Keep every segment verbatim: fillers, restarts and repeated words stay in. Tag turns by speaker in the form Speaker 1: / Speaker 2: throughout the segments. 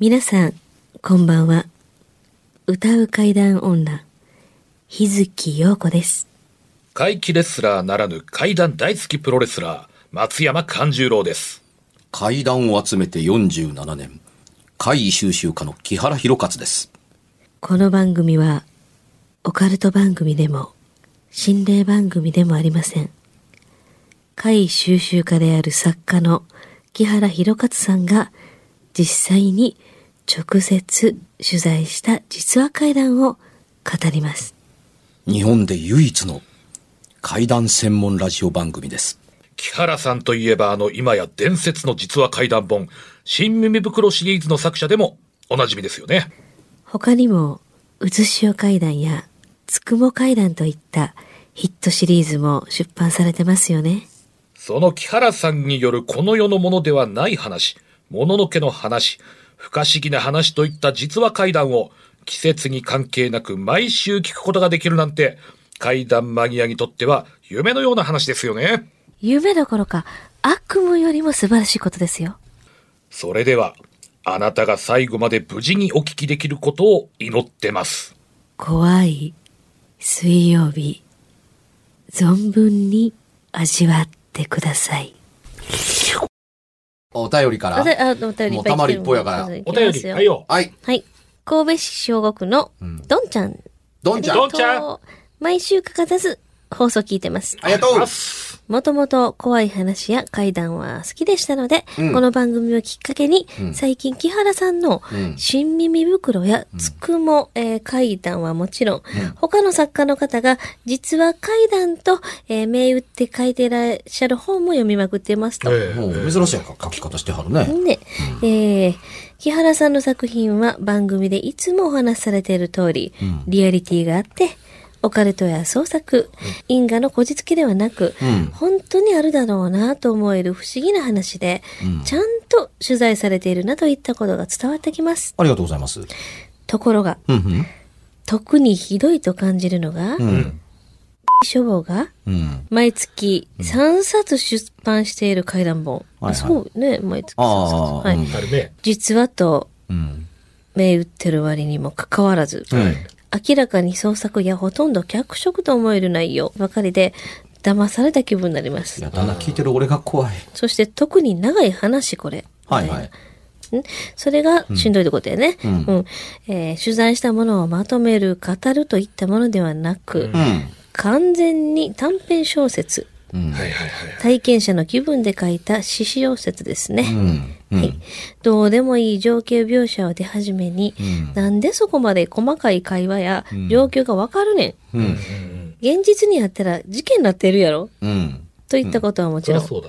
Speaker 1: 皆さんこんばんは。歌う怪談女日月陽子です。
Speaker 2: 怪奇レスラーならぬ怪談大好きプロレスラー松山勘十郎です。
Speaker 3: 怪談を集めてよんじゅうななねん、怪異収集家の木原博勝です。
Speaker 1: この番組はオカルト番組でも心霊番組でもありません。怪異収集家である作家の木原博勝さんが実際に直接取材した実話怪談を語ります。
Speaker 3: 日本で唯一の怪談専門ラジオ番組です。
Speaker 2: 木原さんといえばあの今や伝説の実話怪談本新耳袋シリーズの作者でもおなじみですよね。
Speaker 1: 他にもうずしお怪談やつくも怪談といったヒットシリーズも出版されてますよね。
Speaker 2: その木原さんによるこの世のものではない話、もののけの話、不可思議な話といった実話怪談を季節に関係なく毎週聞くことができるなんて怪談マニアにとっては夢のような話ですよね。
Speaker 1: 夢どころか悪夢よりも素晴らしいことですよ。
Speaker 2: それではあなたが最後まで無事にお聞きできることを祈ってます。
Speaker 1: 怖い水曜日、存分に味わってください。
Speaker 3: お便りから
Speaker 1: おたあお便りいっぱい来てる
Speaker 3: もうたまりっぽいやから
Speaker 2: お便りはいよ。
Speaker 3: はい。
Speaker 1: はい。神戸市小五区のどんちゃん。
Speaker 3: どんちゃん
Speaker 2: どんちゃん。
Speaker 1: 毎週欠かさず放送聞いてます。
Speaker 3: ありがとう。
Speaker 1: もともと怖い話や怪談は好きでしたので、うん、この番組をきっかけに、うん、最近木原さんの新耳袋やつくも、うんえー、怪談はもちろん、うん、他の作家の方が実は怪談と、えー、銘打って書いてらっしゃる本も読みまくってますと。
Speaker 3: えー、もう珍しい書き方してはるね。
Speaker 1: ね、うん、えー、木原さんの作品は番組でいつもお話しされている通り、うん、リアリティがあって、オカルトや創作、因果のこじつけではなく、うん、本当にあるだろうなと思える不思議な話で、うん、ちゃんと取材されているなといったことが伝わってきます。
Speaker 3: ありがとうございます。
Speaker 1: ところが、うんうん、特にひどいと感じるのが、うん、書房が、うん、毎月さんさつ出版している怪談本。うん、そうね、毎月さんさつ。はい、うん、実はと、うん、銘打ってる割にもかかわらず、うん明らかに創作やほとんど脚色と思える内容ばかりで騙された気分になります。
Speaker 3: いや、だんだん聞いてる俺が怖い。
Speaker 1: そして特に長い話これ。
Speaker 3: はいはい。
Speaker 1: んそれがしんどいところだよね。うんうんえー。取材したものをまとめる、語るといったものではなく、うん、完全に短編小説。うん、体験者の気分で書いた詩小説ですね、うんうんはい。どうでもいい情景描写を出始めに、うん、なんでそこまで細かい会話や状況がわかるねん、うん、現実にあったら事件になってるやろ、うん、といったことはもちろん、うん、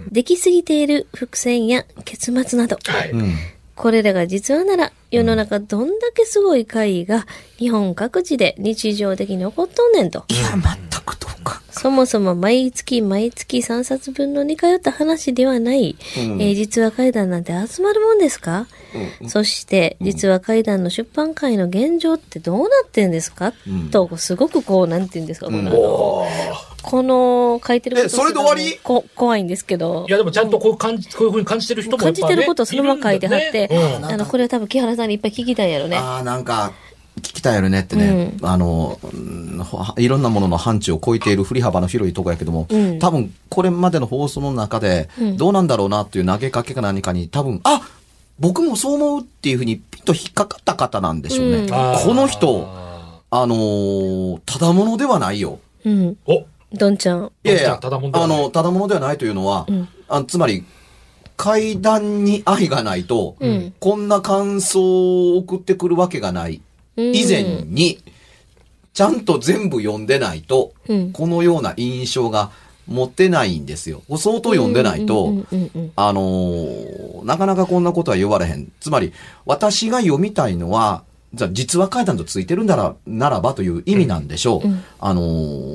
Speaker 1: できすぎている伏線や結末など、はいうん、これらが実話なら世の中どんだけすごい怪異が日本各地で日常的に起こっとんねんと。
Speaker 3: いや、全くどうか。
Speaker 1: そもそも毎月毎月さんさつぶんの似通った話ではない、うんえー、実話怪談なんて集まるもんですか、うん、そして実話怪談の出版会の現状ってどうなってんですか、うん、とすごくこうなんて言うんですか、うん、このこの書いてること
Speaker 3: えそれで終わり
Speaker 1: こ怖いんですけど、
Speaker 2: いやでもちゃんとこう感じこういう風に感じてる人も、ね、
Speaker 1: 感じてることをそのまま書いてはって、ねうん、あのこれは多分木原さんにいっぱい聞きたいやろね。
Speaker 3: ああなんか聞きたいやろねってね、うん、あのいろんなものの範疇を超えている振り幅の広いとこやけども、うん、多分これまでの放送の中でどうなんだろうなっていう投げかけか何かに多分あ僕もそう思うっていうふうにピッと引っかかった方なんでしょうね、うん、この人あのー、ただものではないよ、
Speaker 1: うん、おどんちゃん
Speaker 3: いやいやただものあのただものではないというのは、うん、あつまり怪談に愛がないと、うん、こんな感想を送ってくるわけがない以前にちゃんと全部読んでないと、うん、このような印象が持てないんですよ。相当読んでないと、あのー、なかなかこんなことは言われへん。つまり私が読みたいのはじゃあ実話怪談とついてるんだらならばという意味なんでしょう。うん、あの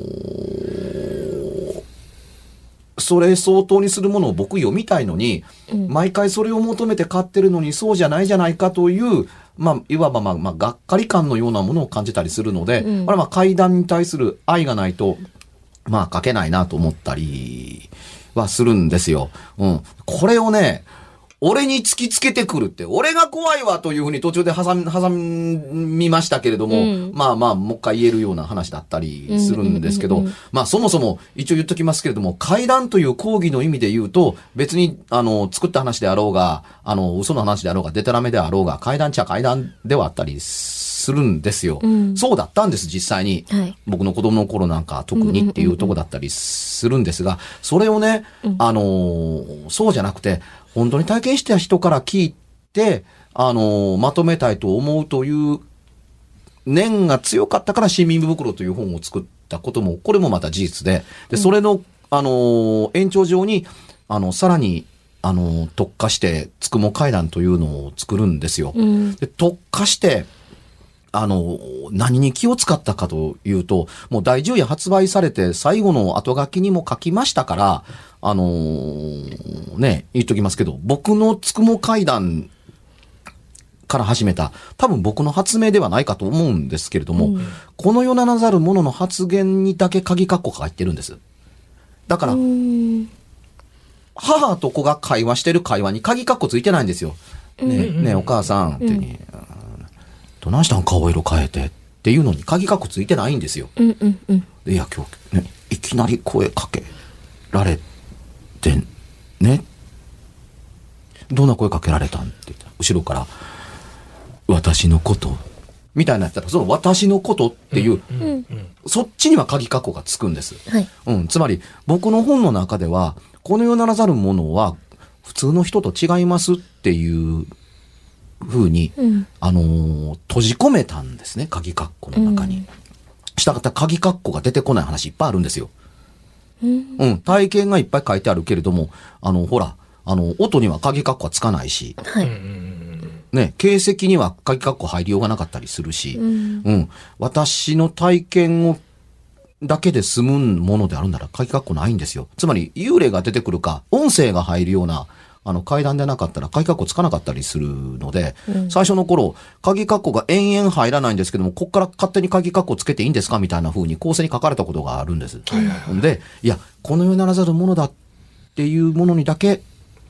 Speaker 3: ー、それ相当にするものを僕読みたいのに、うん、毎回それを求めて買ってるのにそうじゃないじゃないかというまあ、いわばまあ、まあ、がっかり感のようなものを感じたりするので、うん、これはまあ怪談に対する愛がないと、まあ書けないなと思ったりはするんですよ。うん。これをね、 俺に突きつけてくるって、俺が怖いわというふうに途中で挟み、挟みましたけれども、うん、まあまあ、もう一回言えるような話だったりするんですけど、うんうんうんうん、まあそもそも一応言っときますけれども、怪談という講義の意味で言うと、別に、あの、作った話であろうが、あの、嘘の話であろうが、デタラメであろうが、怪談っちゃ怪談ではあったりするんですよ。うん、そうだったんです、実際に、はい。僕の子供の頃なんか特にっていうとこだったりするんですが、それをね、あの、そうじゃなくて、本当に体験した人から聞いて、あの、まとめたいと思うという念が強かったから、新耳袋という本を作ったことも、これもまた事実で、で、それの、あの、延長上に、あの、さらに、あの、特化して、つくも怪談というのを作るんですよ。うん、で、特化して、あの、何に気を使ったかというと、もう第じゅう夜発売されて最後の後書きにも書きましたから、あのー、ね、言っときますけど、僕のつくも怪談から始めた、多分僕の発明ではないかと思うんですけれども、うん、この世ならざる者の発言にだけ鍵括弧が入ってるんです。だから、母と子が会話してる会話に鍵括弧ついてないんですよ。ねえ、ねえ、お母さんっていうに、どないしたん顔色変えてっていうのに鍵括弧ついてないんですよ。うんうんうん、でいや今日ねいきなり声かけられてね、どんな声かけられたんって言ったら後ろから私のことみたいなやつだったらその私のことっていう、うんうんうん、そっちには鍵括弧がつくんです。はい、うん、つまり僕の本の中ではこの世ならざるものは普通の人と違いますっていうふうに、うん、あのー、閉じ込めたんですね、鍵括弧の中に。うん、したがった鍵括弧が出てこない話いっぱいあるんですよ。うん、うん、体験がいっぱい書いてあるけれども、あの、ほら、あの、音には鍵括弧はつかないし、はい、ね、形跡には鍵括弧入りようがなかったりするし、うん、うん、私の体験をだけで済むものであるなら鍵括弧ないんですよ。つまり、幽霊が出てくるか、音声が入るような、あの階段でなかったら鍵括弧つかなかったりするので、うん、最初の頃鍵括弧が延々入らないんですけども、こっから勝手に鍵括弧つけていいんですかみたいな風に構成に書かれたことがあるんです。うん、で、いやこの世ならざるものだっていうものにだけ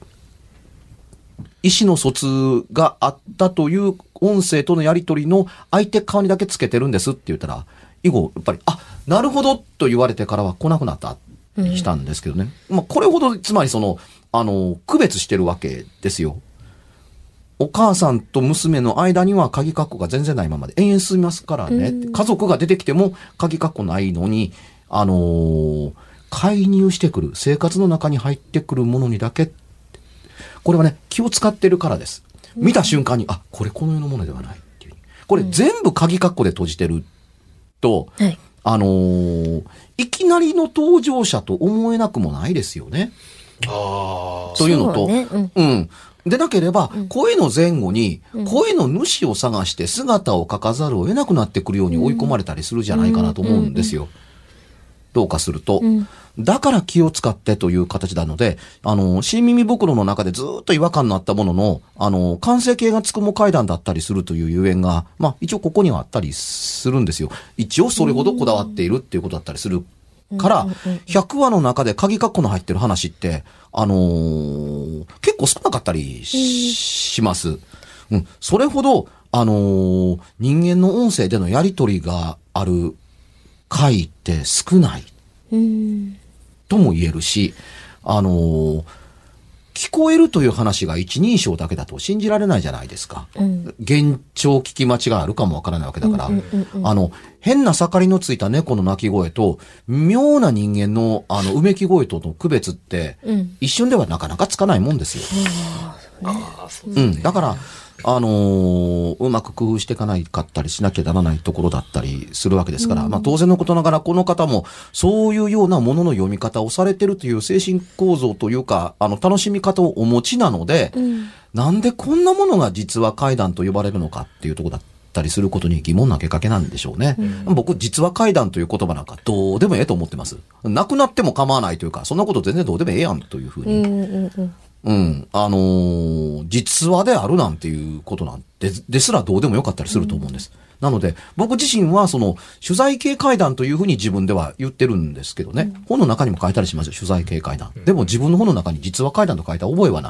Speaker 3: 意思の疎通があったという音声とのやり取りの相手側にだけつけてるんですって言ったら、以後やっぱりあなるほどと言われてからは来なくなったりしたんですけどね。うん、まあこれほどつまりそのあの、区別してるわけですよ。お母さんと娘の間には鍵括弧が全然ないままで延々進みますからね。家族が出てきても鍵括弧ないのに、あのー、介入してくる、生活の中に入ってくるものにだけ、これはね、気を使ってるからです。見た瞬間に、あ、これこの世のものではないっていう。これ全部鍵括弧で閉じてると、はい、あのー、いきなりの登場者と思えなくもないですよね。あというのと、ね、うん、うん。でなければ、うん、声の前後に、声の主を探して姿を描かざるを得なくなってくるように追い込まれたりするじゃないかなと思うんですよ。どうかすると、うん。だから気を使ってという形なので、あの、新耳袋の中でずっと違和感のあったものの、あの、完成形がつくも階段だったりするというゆえんが、まあ一応ここにはあったりするんですよ。一応それほどこだわっているっていうことだったりする。から、ひゃくわの中で鍵括弧の入ってる話って、あのー、結構少なかったり し, します。うん。それほど、あのー、人間の音声でのやりとりがある回って少ない。とも言えるし、あのー、聞こえるという話が一人称だけだと信じられないじゃないですか。うん、幻聴聞き間違いあるかもわからないわけだから、うんうんうんうん、あの、変な盛りのついた猫の鳴き声と、妙な人間のあの、うめき声との区別って、うん、一瞬ではなかなかつかないもんですよ。うん、うん、だから、あのー、うまく工夫していかないかったりしなきゃならないところだったりするわけですから、うん、まあ当然のことながらこの方もそういうようなものの読み方をされてるという精神構造というか、あの楽しみ方をお持ちなので、うん、なんでこんなものが実話怪談と呼ばれるのかっていうところだったりすることに疑問なけかけなんでしょうね。うん、僕、実話怪談という言葉なんかどうでもええと思ってます。なくなっても構わないというか、そんなこと全然どうでもええやんというふうに。うんうんうんうん。あのー、実話であるなんていうことなんて、ですらどうでもよかったりすると思うんです。うん、なので、僕自身はその、取材系怪談というふうに自分では言ってるんですけどね。うん、本の中にも書いたりしますよ、取材系怪談。でも自分の本の中に実話怪談と書いた覚えはないって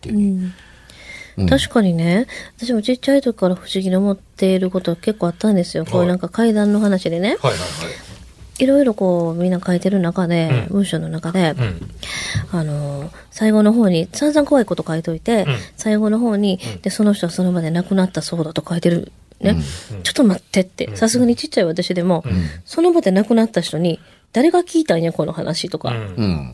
Speaker 3: っていう、うん
Speaker 1: うん、確かにね、私もちっちゃい時から不思議に思っていることは結構あったんですよ。はい、こういうなんか怪談の話でね。はいはいはい。いろいろこうみんな書いてる中で、うん、文章の中で、うん、あの、最後の方に、散々怖いこと書いといて、うん、最後の方に、うん、で、その人はその場で亡くなったそうだと書いてる。ね。うん、ちょっと待ってって、さすがにちっちゃい私でも、うん、その場で亡くなった人に、誰が聞いたんや、この話とか、うん、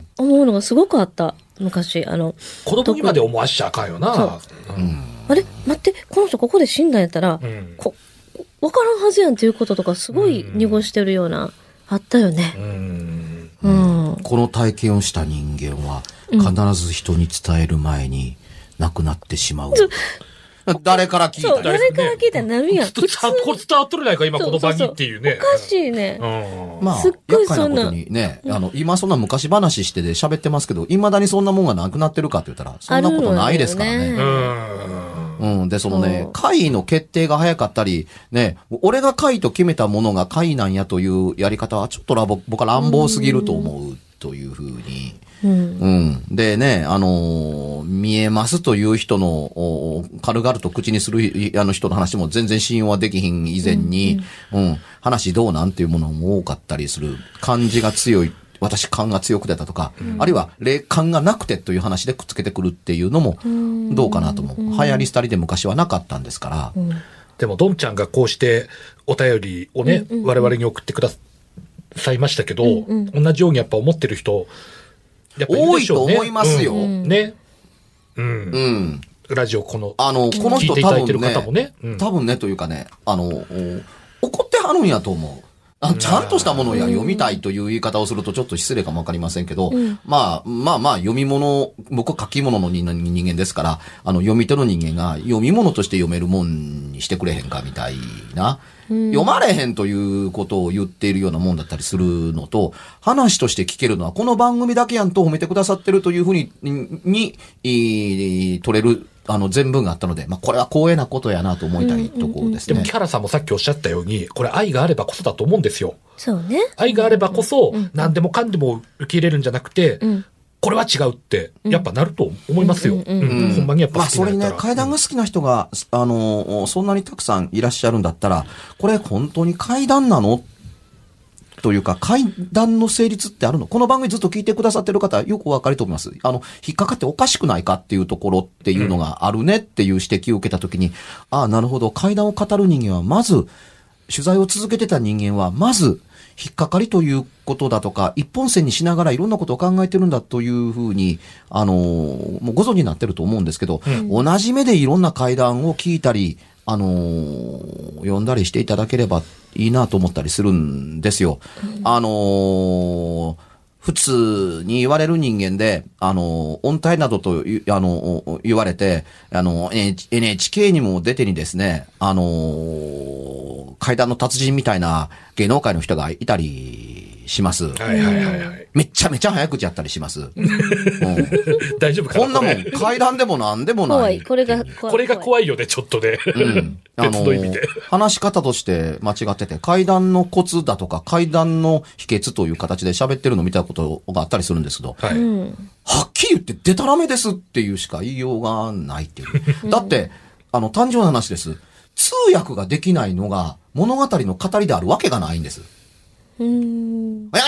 Speaker 1: 思うのがすごくあった。昔、あの。
Speaker 2: 子供にまで思わしちゃあかんよな。
Speaker 1: うん、あれ待って、この人ここで死んだんやったら、うん、こわからんはずやんっていうこととか、すごい濁してるような、あったよね。
Speaker 3: うんうん、この体験をした人間は、必ず人に伝える前に亡くなってしまう。うん、誰から聞いた
Speaker 1: そう、誰から聞いたら何や。
Speaker 2: これ伝わっとるないか、今この場にっていうね。
Speaker 1: おかしいね。
Speaker 3: うん、まあ、すっごいそんな。厄介なことにね、あの、今そんな昔話してで喋ってますけど、未だにそんなもんがなくなってるかって言ったら、そんなことないですからね。うん。で、そのね、会の決定が早かったり、ね、俺が会と決めたものが会なんやというやり方は、ちょっとラボ僕は乱暴すぎると思うというふうに。うん、うん。でね、あのー、見えますという人の、軽々と口にするあの人の話も全然信用はできひん以前に、うん、うん、話どうなんていうものも多かったりする。感じが強い。私感が強く出たとか、うん、あるいは霊感がなくてという話でくっつけてくるっていうのもどうかなと思う。うん、流行り廃りで昔はなかったんですから。うん、
Speaker 2: でも、どんちゃんがこうしてお便りをね、うんうんうん、我々に送ってくださいましたけど、うんうん、同じようにやっぱ思ってる人、
Speaker 3: やっぱいるでしょうね。多いと思いますよ。
Speaker 2: うん、ね。うん。うん。ラジオこの、
Speaker 3: あの、この人多分ね、うん、多分ねというかね、あの、怒ってはるんやと思う。あちゃんとしたものを読みたいという言い方をするとちょっと失礼かもわかりませんけど、うん、まあ、まあまあ読み物、僕は書き物の人間ですから、あの読み手の人間が読み物として読めるもんにしてくれへんかみたいな、うん、読まれへんということを言っているようなもんだったりするのと、話として聞けるのはこの番組だけやんと褒めてくださってるというふうに、に、に取れるあの全文があったので、まあこれは光栄なことやなと思いたいところですね。
Speaker 2: でも木原さんもさっきおっしゃったように、これ愛があればこそだと思うんですよ。
Speaker 1: そうね。
Speaker 2: 愛があればこそ、何でもかんでも受け入れるんじゃなくて、うん、これは違うって、やっぱなると思いますよ。ほんまにやっぱ好きな人。まあ
Speaker 3: それにね、怪談が好きな人が、あの、そんなにたくさんいらっしゃるんだったら、これ本当に怪談なのというか、怪談の成立ってあるの？この番組ずっと聞いてくださってる方、よくお分かりと思います。あの、引っかかっておかしくないかっていうところっていうのがあるねっていう指摘を受けたときに、うん、ああ、なるほど、怪談を語る人間は、まず、取材を続けてた人間は、まず、引っかかりということだとか、一本線にしながらいろんなことを考えてるんだというふうに、あのー、もうご存知になってると思うんですけど、うん、同じ目でいろんな怪談を聞いたり、あのー、読んだりしていただければいいなと思ったりするんですよ。うん、あのー、普通に言われる人間で、あのー、音体などと、あの、言われて、あの、エヌエイチケー にも出てにですね、あのー、怪談の達人みたいな芸能界の人がいたりします。
Speaker 2: はいはいはいはい。
Speaker 3: めちゃめちゃ早口やったりします。うん、
Speaker 2: 大丈夫かな
Speaker 3: こんなもん、怪談でもなんでもない。
Speaker 1: 怖い。これが
Speaker 2: 怖い。これが怖いよね、ちょっとね。うん。あのー、
Speaker 3: 話し方として間違ってて、怪談のコツだとか、怪談の秘訣という形で喋ってるのを見たことがあったりするんですけど、はい、はっきり言ってデタラメですっていうしか言いようがないっていう。だって、あの、単純な話です。通訳ができないのが物語の語りであるわけがないんです。うーん。だ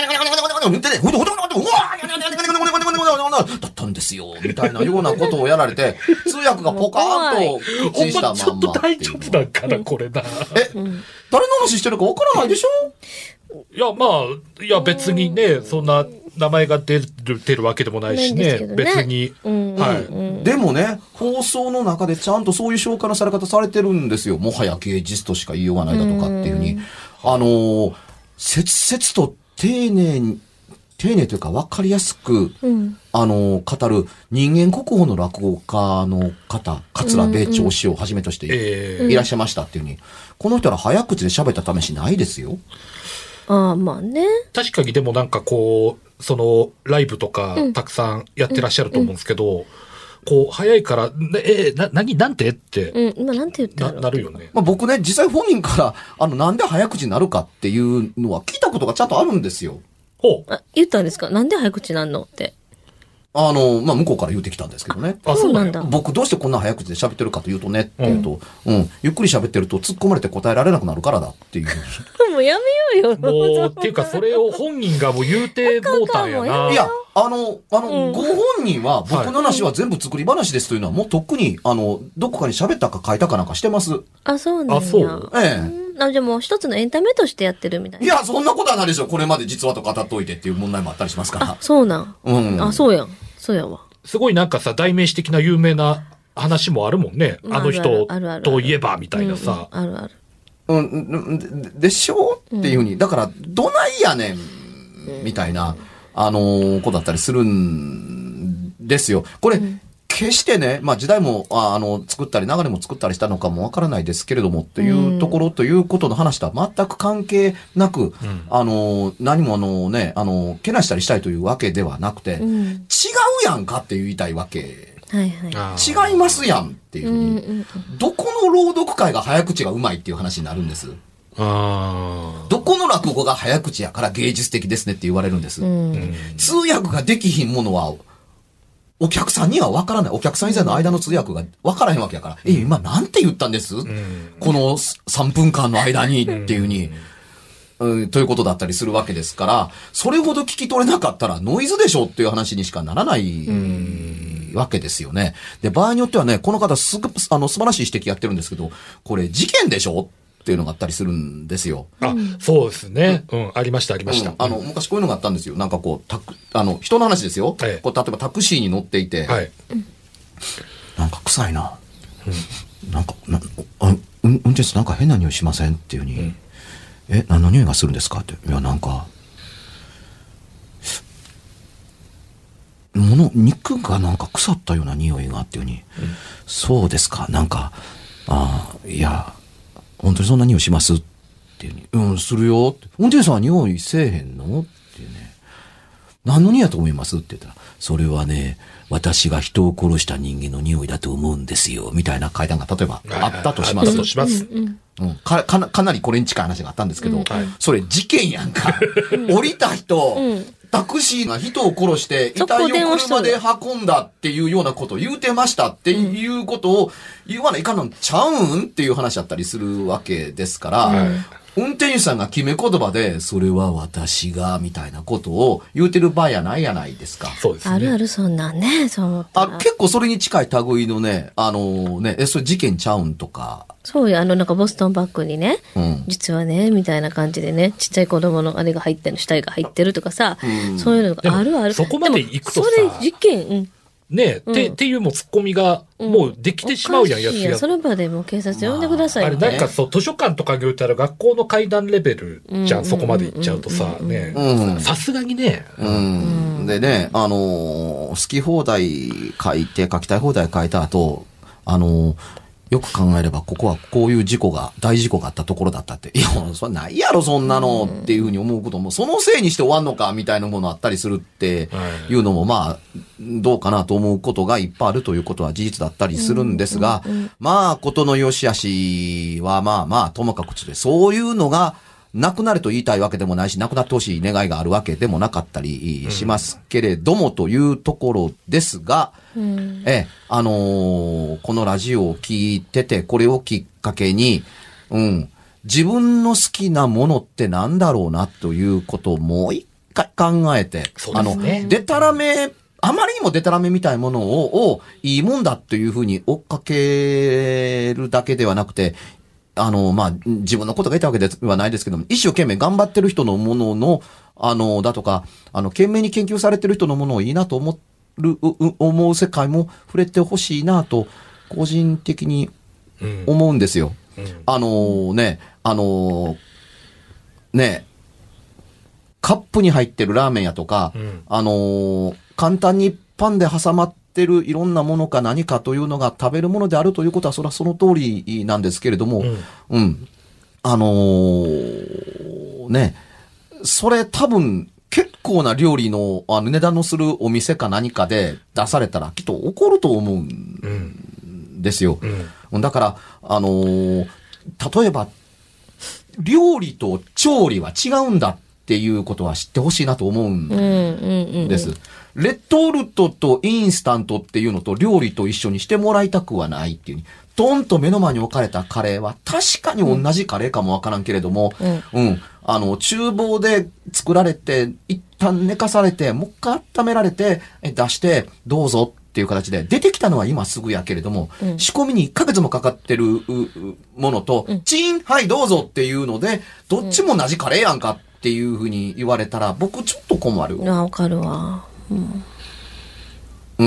Speaker 3: ったんですよ、みたいなようなことをやられて、通訳がポカーンと口したまんま。
Speaker 2: ちょっと大丈夫なんかな、これな。
Speaker 3: え、誰の話してるかわからないでし
Speaker 2: ょ？いや、まあ、いや別にね、そんな名前が出る、出るわけでもないしね、ね別に、うん、
Speaker 3: はい、うん。でもね、放送の中でちゃんとそういう紹介のされ方されてるんですよ。もはや芸術としか言いようがないだとかっていうふうに。あのー、切々と丁寧に、丁寧というか分かりやすく、うん、あの、語る人間国宝の落語家の方、桂米朝氏をはじめとしていらっしゃいましたっていうふうに、この人ら早口で喋った試しないですよ。
Speaker 1: ああ、まあね。
Speaker 2: 確かにでもなんかこう、その、ライブとかたくさんやってらっしゃると思うんですけど、うんうんうんこう、早いから、えー、な、なに、なんてって、
Speaker 1: うん、今なんて言った
Speaker 2: のな、なるよね。
Speaker 3: まあ僕ね、実際本人から、あの、なんで早口になるかっていうのは聞いたことがちゃんとあるんですよ。
Speaker 2: ほう。
Speaker 1: あ、言ったんですか？なんで早口なんのって。
Speaker 3: あの、まあ、向こうから言ってきたんですけどね。
Speaker 1: あ、そうなんだ。
Speaker 3: 僕どうしてこんな早口で喋ってるかというとね、って言うと、うん、うん、ゆっくり喋ってると突っ込まれて答えられなくなるからだっていう。
Speaker 1: もうやめようよ。
Speaker 2: もう、っていうかそれを本人がもう言うてもうたんやな。
Speaker 3: いや、あの、あの、うん、ご本人は僕の話は全部作り話ですというのはもうとっくに、あの、どこかに喋ったか書いたかなんかしてます。
Speaker 1: あ、そうなんや。
Speaker 2: あ、そう。
Speaker 3: ええ。
Speaker 1: あ、じゃあもう一つのエンタメとしてやってるみたいな。
Speaker 3: いや、そんなことはないでしょ。これまで実話と語っといてっていう問題もあったりしますから。
Speaker 1: あ、そうなん。
Speaker 3: うん。
Speaker 1: あ、そうやん。そうやわ。
Speaker 2: すごいなんかさ、代名詞的な有名な話もあるもんね。あの人といえばみたいなさ。
Speaker 1: あるある。
Speaker 3: うん、でしょっていうふうに。だから、どないやねん、みたいな、あのー、子だったりするんですよ。これ、うん決してね、まあ時代も、あの、作ったり、流れも作ったりしたのかもわからないですけれども、というところということの話とは全く関係なく、うん、あの、何もあのね、あの、けなしたりしたいというわけではなくて、うん、違うやんかって言いたいわけ。
Speaker 1: はい
Speaker 3: はい、違いますやんっていうふうに、うんうんうん、どこの朗読会が早口がうまいっていう話になるんです。
Speaker 2: あ
Speaker 3: どこの落語が早口やから芸術的ですねって言われるんです。うん、通訳ができひんものは、お客さんには分からない。お客さん以前の間の通訳が分からへんわけやから。うん、え、今なんて言ったんです、うん、このさんぷんかんの間にっていうふうに、うんうん、ということだったりするわけですから、それほど聞き取れなかったらノイズでしょっていう話にしかならない、うん、わけですよね。で、場合によってはね、この方すぐ、あの、素晴らしい指摘やってるんですけど、これ事件でしょっていうのがあったりするんですよ。
Speaker 2: あ、そうですね。うん、ありました、ありました。うん、
Speaker 3: あの、昔こういうのがあったんですよ。なんかこう、たく、あの、人の話ですよ。はい、こう例えばタクシーに乗っていて、はい、なんか臭いな。うん、なんか、なあ、うん、運転手なんか変な匂いしませんっていうふうに、うん、え、何の匂いがするんですかって。いや、なんか、もの、肉がなんか腐ったような匂いがっていうふうに、うん、そうですか、なんか、あいや、本当にそんな匂いしますっていうに、うん、するよって。運転手さんは匂いせえへんのっていうね。何の匂いだと思いますって言ったら、それはね、私が人を殺した人間の匂いだと思うんですよ。みたいな会談が例えばあったとします。
Speaker 2: あったとします。
Speaker 3: うんかかな。かなりこれに近い話があったんですけど、うん、それ事件やんか。降りた人、うん、タクシーが人を殺して遺体を車で運んだっていうようなことを言うてましたっていうことを言わないかんのちゃうんっていう話だったりするわけですから、うん、運転手さんが決め言葉で、それは私がみたいなことを言うてる場合やないやないですか。
Speaker 2: そうですね。
Speaker 1: あるあるそんなんね、そう思ったら。
Speaker 3: あ、結構それに近い類のね、あのね、え、それ事件ちゃうんとか。
Speaker 1: そうよ、あの、なんかボストンバッグにね、うん、実はね、みたいな感じでね、ちっちゃい子供のあれが入ってる、死体が入ってるとかさ、うん、そういうのがあるある。
Speaker 2: そこまで行くとさ、
Speaker 1: それ事件、うん。
Speaker 2: ねえ、うん、て、っていうもうツッコミが、もうできてしまうやん、やつ
Speaker 1: や。その場でもう警察呼んでくださいよ、ね。
Speaker 2: あれなんかそう、図書館とかに言ったら学校の階段レベルじゃん、そこまで行っちゃうとさ、ね。さすがにね。
Speaker 3: うん。でね、あのー、好き放題書いて、書きたい放題書いた後、あのー、よく考えれば、ここはこういう事故が、大事故があったところだったって。いや、それないやろ、そんなのっていうふうに思うことも、そのせいにして終わんのか、みたいなものあったりするっていうのも、まあ、どうかなと思うことがいっぱいあるということは事実だったりするんですが、まあ、ことの良し悪しは、まあまあ、ともかくで、そういうのが、なくなれと言いたいわけでもないし、なくなってほしい願いがあるわけでもなかったりしますけれども、というところですが、うん、ええ、あのー、このラジオを聞いてて、これをきっかけに、うん、自分の好きなものってなんだろうなということをもう一回考えて、
Speaker 2: そうですね、
Speaker 3: あの、でたらめ、あまりにもでたらめみたいなものを、をいいもんだというふうに追っかけるだけではなくて、あの、まあ、自分のことがいたわけではないですけども、一生懸命頑張ってる人のものの、あの、だとか、あの、懸命に研究されてる人のものをいいなと思る、思う世界も触れてほしいなと、個人的に思うんですよ。うんうん、あのね、あのね、カップに入ってるラーメン屋とか、うん、あの、簡単にパンで挟まって、てるいろんなものか何かというのが食べるものであるということはそれはその通りなんですけれども、うん、うん、あのー、ね、それ多分結構な料理のあの値段のするお店か何かで出されたらきっと怒ると思うんですよ。うん、だからあのー、例えば料理と調理は違うんだっっていうことは知ってほしいなと思うんです。
Speaker 1: うんうんうん、
Speaker 3: レトルトとインスタントっていうのと料理と一緒にしてもらいたくはないっていうに。ドンと目の前に置かれたカレーは確かに同じカレーかもわからんけれども、うん、うん。あの、厨房で作られて、一旦寝かされて、もう一回温められて、出して、どうぞっていう形で、出てきたのは今すぐやけれども、うん、仕込みにいっかげつもかかってるものと、うん、チーン、はい、どうぞっていうので、どっちも同じカレーやんかっていうふうに言われたら、僕ちょっと困る。
Speaker 1: あ、わかるわ。うん
Speaker 3: うん。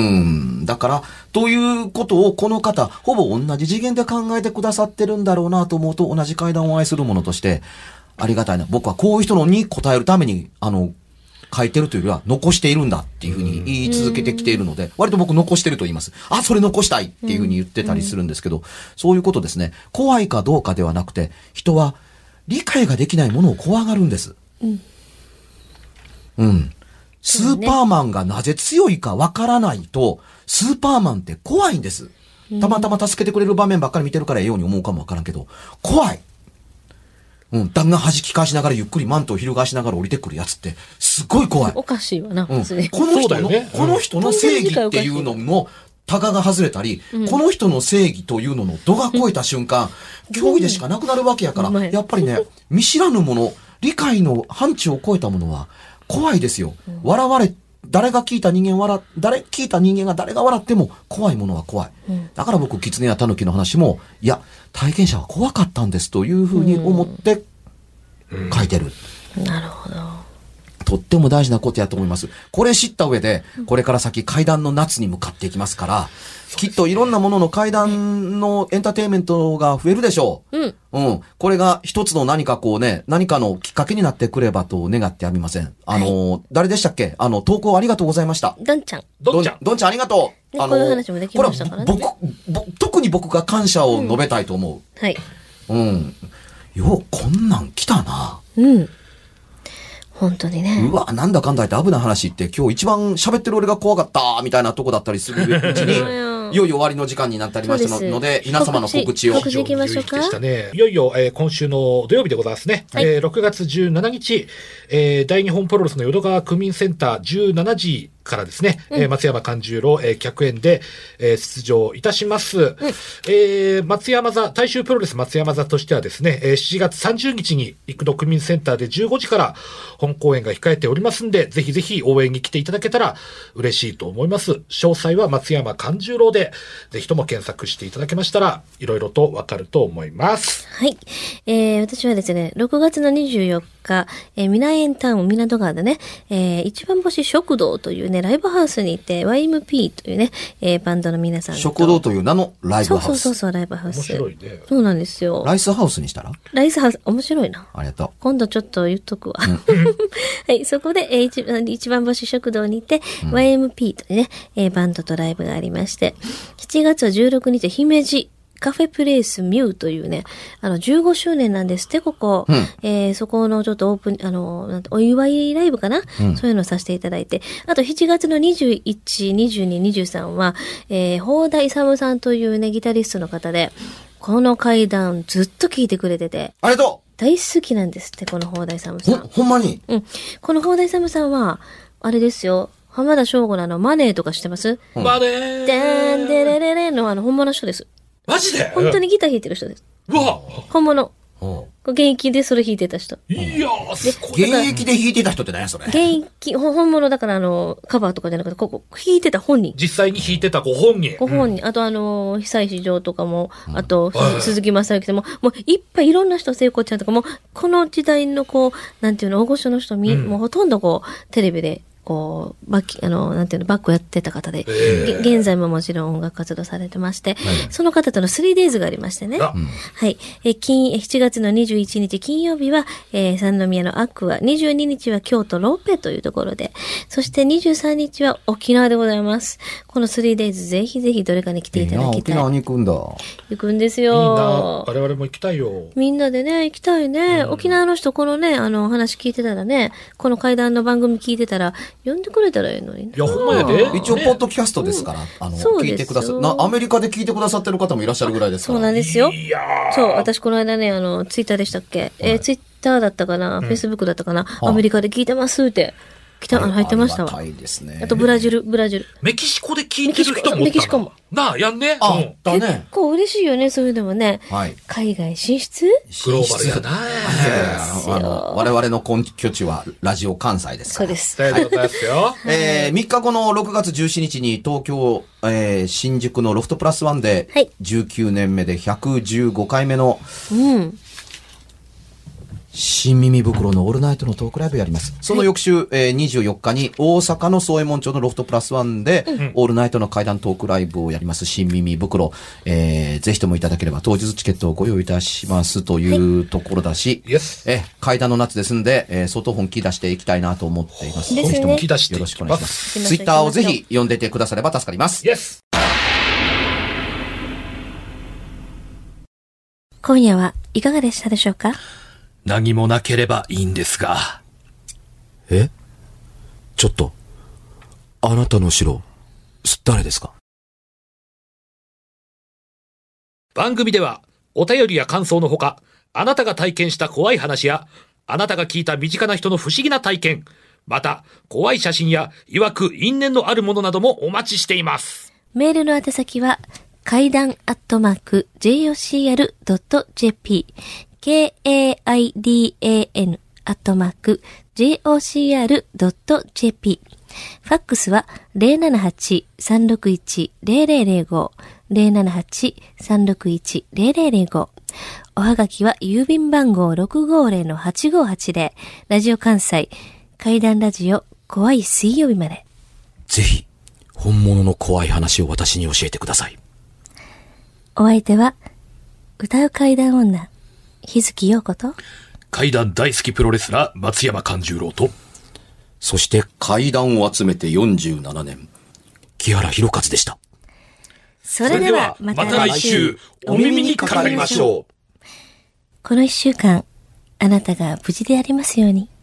Speaker 3: だから、ということをこの方、ほぼ同じ次元で考えてくださってるんだろうなと思うと、同じ階段を愛する者として、ありがたいな。僕はこういう人のに答えるために、あの、書いてるというよりは、残しているんだっていうふうに言い続けてきているので、割と僕残してると言います。あ、それ残したいっていうふうに言ってたりするんですけど、そういうことですね。怖いかどうかではなくて、人は理解ができないものを怖がるんです。うん。うん。スーパーマンがなぜ強いかわからないと、スーパーマンって怖いんです。たまたま助けてくれる場面ばっかり見てるからええように思うかもわからんけど、怖い。うん、弾丸弾き返しながらゆっくりマントを翻しながら降りてくるやつって、すごい怖い。
Speaker 1: おかしいわな、
Speaker 3: うん、この人の、ね、この人の正義っていうのの、タガが外れたり、うん、この人の正義というのの度が超えた瞬間、うん、脅威でしかなくなるわけやから、やっぱりね、見知らぬもの、理解の範疇を超えたものは、怖いですよ。笑われ、誰が聞いた人間笑、誰、聞いた人間が誰が笑っても怖いものは怖い。うん、だから僕、狐や狸の話も、いや、体験者は怖かったんですというふうに思って書いてる。
Speaker 1: うん、なるほど。
Speaker 3: とっても大事なことやと思います。これ知った上で、これから先階段の夏に向かっていきますから、きっといろんなものの階段のエンターテインメントが増えるでしょう。うん。うん。これが一つの何かこうね、何かのきっかけになってくればと願ってやみません。あの、はい、誰でしたっけ？あの、投稿ありがとうございました。
Speaker 1: どんちゃん。
Speaker 2: どんちゃん。
Speaker 3: どんちゃんありがと
Speaker 1: う。あの、この話もできましたからね。
Speaker 3: 僕、僕、特に僕が感謝を述べたいと思う。うん、
Speaker 1: はい。
Speaker 3: うん。よう、こんなん来たな。
Speaker 1: うん。本当にね。
Speaker 3: うわ、なんだかんだ言って危ない話って今日一番喋ってる俺が怖かったみたいなとこだったりするうちに、いよいよ終わりの時間になっておりましたので、皆様の告知を。
Speaker 1: 告知いきましょうか。
Speaker 2: いよいよ、えー、今週の土曜日でございますね。はい、えー、ろくがつじゅうしちにち、えー、大日本プロレスの淀川区民センターじゅうしちじからですね、うん、えー、松山勘十郎、えー、客演で、えー、出場いたします。うん、えー、松山座、大衆プロレス松山座としてはですね、えー、しちがつさんじゅうにちに幾度区民センターでじゅうごじから本公演が控えておりますんで、ぜひぜひ応援に来ていただけたら嬉しいと思います。詳細は松山勘十郎で、ぜひとも検索していただけましたら、いろいろとわかると思います。
Speaker 1: はい。えー、私はですね、ろくがつのにじゅうよっか、えー、ミナエンタウン港川でね、えー、一番星食堂というね、ライブハウスに行って、ワイエムピー というね、えー、バンドの皆さんと。
Speaker 3: 食堂という名のライブハウス。
Speaker 1: そうそうそう、ライブハウス。
Speaker 2: 面白いね。
Speaker 1: そうなんですよ。
Speaker 3: ライスハウスにしたら？
Speaker 1: ライスハウス、面白いな。
Speaker 3: ありがとう。
Speaker 1: 今度ちょっと言っとくわ。うん、はい、そこで、えー、一, 一番星食堂にて、うん、ワイエムピー というね、えー、バンドとライブがありまして、しちがつはじゅうろくにち、姫路、カフェプレイスミューというね、あの、じゅうごしゅうねんなんですって、ここ。うん、えー、そこのちょっとオープン、あの、なんてお祝いライブかな、うん、そういうのをさせていただいて。あと、しちがつのにじゅういち、にじゅうに、にじゅうさんは、えー、放田勇さんというね、ギタリストの方で、この階段ずっと聴いてくれてて。
Speaker 3: ありがとう
Speaker 1: 大好きなんですって、この放田勇さん。
Speaker 3: ほ、ほんまに？
Speaker 1: うん。この放田勇さんは、あれですよ。浜田省吾のあの、マネーとか知ってます？
Speaker 2: うん、マネー
Speaker 1: でんでれれれのあの、本物の人です。
Speaker 2: マジで？
Speaker 1: 本当にギター弾いてる人です。
Speaker 2: うわ
Speaker 1: 本物。現役でそれ弾いてた人。
Speaker 2: いやー、すごい。
Speaker 3: 現役で弾いてた人って何やそれ？
Speaker 1: 現役、本物だからあの、カバーとかじゃなくて、ここ、弾いてた本人。
Speaker 2: 実際に弾いてたご本人。
Speaker 1: ご本人。うん、あとあの、久石譲とかも、あと、うん、鈴木正幸とも、もういっぱいいろんな人、聖子ちゃんとかも、この時代のこう、なんていうの、大御所の人み、うん、もうほとんどこう、テレビで、こう、バッキ、あの、なんていうの、バックをやってた方で、えー、現在ももちろん音楽活動されてまして、はい、その方との スリーデイズ がありましてね。はい。え、金、しちがつのにじゅういちにち金曜日は、えー、三宮のアクア、にじゅうににちは京都ロペというところで、そしてにじゅうさんにちは沖縄でございます。この スリーデイズ ぜひぜひどれかに来ていただきたい。いい
Speaker 3: 沖縄に行くんだ。
Speaker 1: 行くんですよ。いい
Speaker 2: な。我々も行きたいよ。
Speaker 1: みんなでね、行きたいね。うん、沖縄の人、このね、あの、話聞いてたらね、この階段の番組聞いてたら、呼んでくれたらいいのに。
Speaker 2: いや、ほんまやで。
Speaker 3: 一応、ポッドキャストですから、うん、あの、聞いてくださな、アメリカで聞いてくださってる方もいらっしゃるぐらいですから。
Speaker 1: そうなんですよ。
Speaker 2: いや
Speaker 1: そう、私この間ね、あの、ツイッターでしたっけ、はい、えー、ツイッタターだったかな、フェイスブックだったかな、アメリカで聞いてますって。来た、入ってましたわ。ありがたいですね。あと、ブラジル、ブラジル。
Speaker 2: メキシコで聞いてる人も
Speaker 1: メキシコも。
Speaker 2: なあ、やんね。
Speaker 3: あ、だね。
Speaker 1: 結構嬉しいよね、そういうのもね。はい。海外進出
Speaker 2: グローバルやな。
Speaker 3: あの、我々の根拠地はラジオ関西ですから。
Speaker 1: そうです。
Speaker 2: そういうことですよ。
Speaker 3: えー、みっかごのろくがつじゅうしちにちに東京、えー、新宿のロフトプラスワンで、じゅうきゅうねんめでひゃくじゅうごかいめの、うん。新耳袋のオールナイトのトークライブやります。その翌週、はい、えー、にじゅうよっかに大阪の宗右衛門町のロフトプラスワンで、うん、オールナイトの怪談トークライブをやります。新耳袋。えー、ぜひともいただければ当日チケットをご用意いたしますというところだし、はい、え、怪談の夏ですんで、えー、相当本気出していきたいなと思っています。
Speaker 1: ぜひとも
Speaker 3: よろしくお願いします。ツイッターをぜひ読んでてくだされば助かります。
Speaker 2: Yes。
Speaker 1: 今夜はいかがでしたでしょうか？
Speaker 2: 何もなければいいんですが。
Speaker 3: え？ちょっと、あなたの城、誰ですか？
Speaker 2: 番組では、お便りや感想のほか、あなたが体験した怖い話や、あなたが聞いた身近な人の不思議な体験、また、怖い写真や、曰く因縁のあるものなどもお待ちしています。
Speaker 1: メールの宛先は、怪談アットマーク ジェイオーシーアールドットジェーピーケーエーアイディーエーエヌ アットマーク ジェイオーシーアールドットジェーピー。ファックスは ゼロななはち さんろくいち ゼロゼロゼロご ゼロななはち さんろくいち ゼロゼロゼロご。おはがきは郵便番号 ろくごゼロのはちごはちゼロ ラジオ関西怪談ラジオ怖い水曜日まで。
Speaker 3: ぜひ本物の怖い話を私に教えてください。
Speaker 1: お相手は歌う怪談女日月陽子と
Speaker 2: 怪談大好きプロレスラー松山勘十郎と、
Speaker 3: そして怪談を集めてよんじゅうななねん木原博一でした。
Speaker 1: それではまた来週
Speaker 2: お耳にかかりましょう。
Speaker 1: この一週間あなたが無事でありますように。